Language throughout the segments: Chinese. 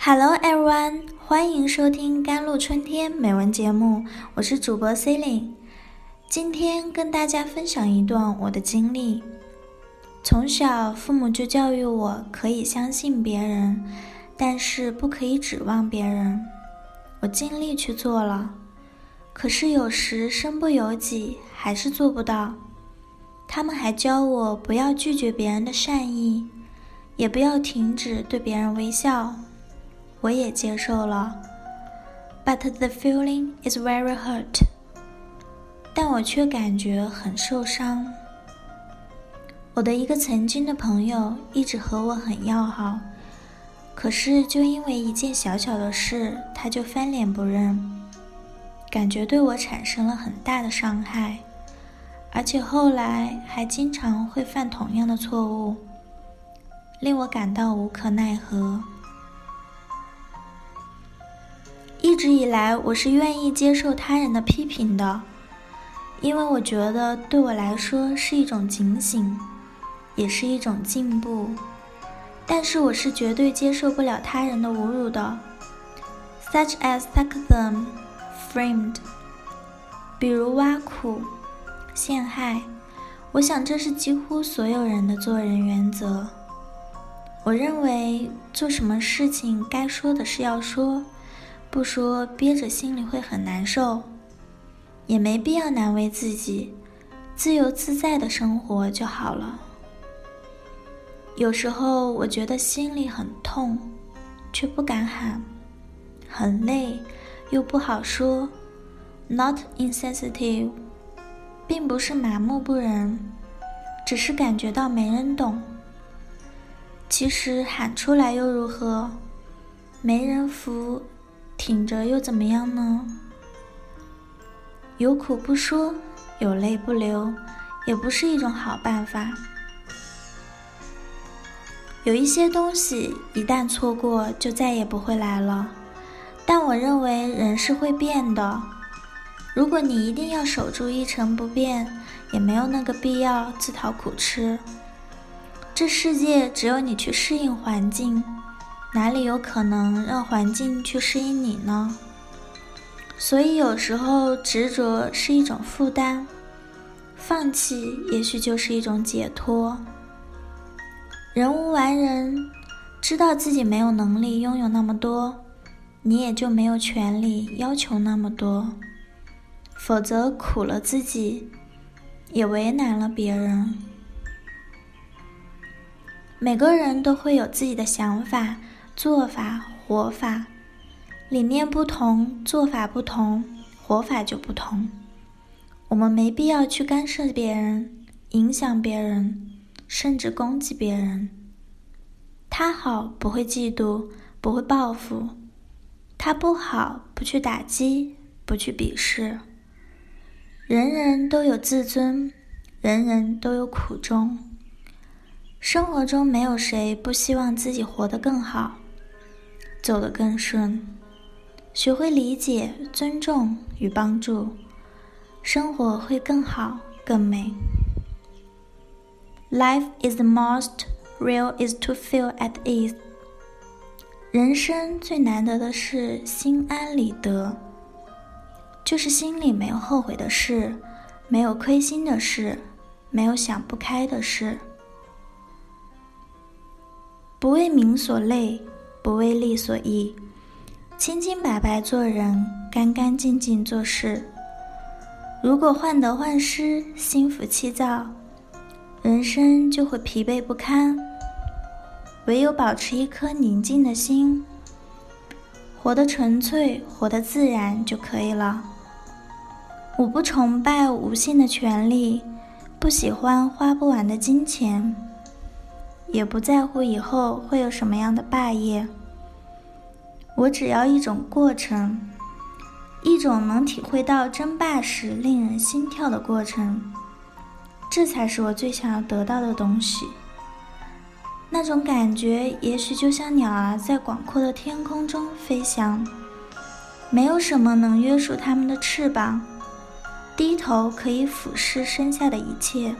Hello everyone， 欢迎收听甘露春天美文节目，我是主播 Celine。今天跟大家分享一段我的经历。从小父母就教育我可以相信别人，但是不可以指望别人。我尽力去做了，可是有时身不由己，还是做不到。他们还教我不要拒绝别人的善意，也不要停止对别人微笑。我也接受了 ，but the feeling is very hurt。但我却感觉很受伤。我的一个曾经的朋友一直和我很要好，可是就因为一件小小的事，他就翻脸不认，感觉对我产生了很大的伤害，而且后来还经常会犯同样的错误，令我感到无可奈何。一直以来，我是愿意接受他人的批评的，因为我觉得对我来说是一种警醒，也是一种进步。但是我是绝对接受不了他人的侮辱的 ，such as sarcasm, framed， 比如挖苦、陷害。我想这是几乎所有人的做人原则。我认为做什么事情该说的是要说，不说憋着心里会很难受，也没必要难为自己，自由自在的生活就好了。有时候我觉得心里很痛，却不敢喊，很累又不好说。 Not insensitive， 并不是麻木不仁，只是感觉到没人懂。其实喊出来又如何？没人扶，挺着又怎么样呢？有苦不说，有泪不流，也不是一种好办法。有一些东西一旦错过就再也不会来了，但我认为人是会变的。如果你一定要守住一成不变，也没有那个必要自讨苦吃。这世界只有你去适应环境，哪里有可能让环境去适应你呢？所以有时候执着是一种负担，放弃也许就是一种解脱。人无完人，知道自己没有能力拥有那么多，你也就没有权利要求那么多，否则苦了自己，也为难了别人。每个人都会有自己的想法、做法、活法，理念不同，做法不同，活法就不同。我们没必要去干涉别人，影响别人，甚至攻击别人。他好不会嫉妒，不会报复；他不好不去打击，不去鄙视。人人都有自尊，人人都有苦衷。生活中没有谁不希望自己活得更好，走得更顺。学会理解、尊重与帮助，生活会更好、更美。Life is the most real is to feel at ease。 人生最难得的是心安理得，就是心里没有后悔的事，没有亏心的事，没有想不开的事。不为名所累，不为利所役，清清白白做人，干干净净做事。如果患得患失，心浮气躁，人生就会疲惫不堪。唯有保持一颗宁静的心，活得纯粹，活得自然就可以了。我不崇拜无限的权利，不喜欢花不完的金钱，也不在乎以后会有什么样的霸业。我只要一种过程，一种能体会到争霸时令人心跳的过程，这才是我最想要得到的东西。那种感觉也许就像鸟儿在广阔的天空中飞翔，没有什么能约束它们的翅膀，低头可以俯视身下的一切。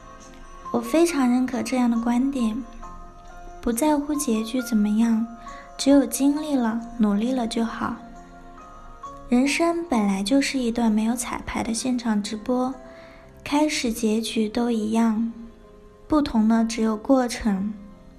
我非常认可这样的观点，不在乎结局怎么样， 只有经历了，努力了就好。人生本来就是一段没有彩排的现场直播，开始结局都一样，不同的只有过程。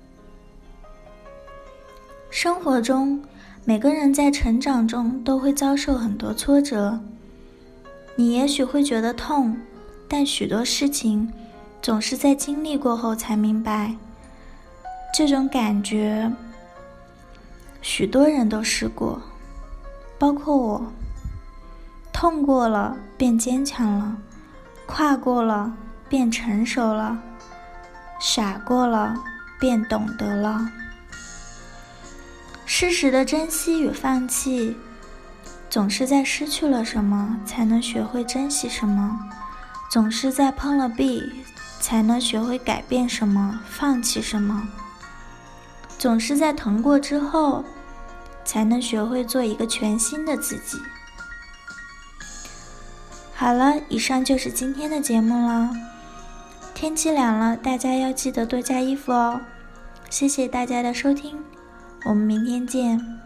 生活中，每个人在成长中都会遭受很多挫折，你也许会觉得痛，但许多事情总是在经历过后才明白，这种感觉许多人都试过，包括我。痛过了便坚强了，跨过了便成熟了，傻过了便懂得了。适时的珍惜与放弃，总是在失去了什么才能学会珍惜什么，总是在碰了壁才能学会改变什么，放弃什么，总是在疼过之后才能学会做一个全新的自己。好了，以上就是今天的节目了。天气凉了，大家要记得多加衣服哦。谢谢大家的收听，我们明天见。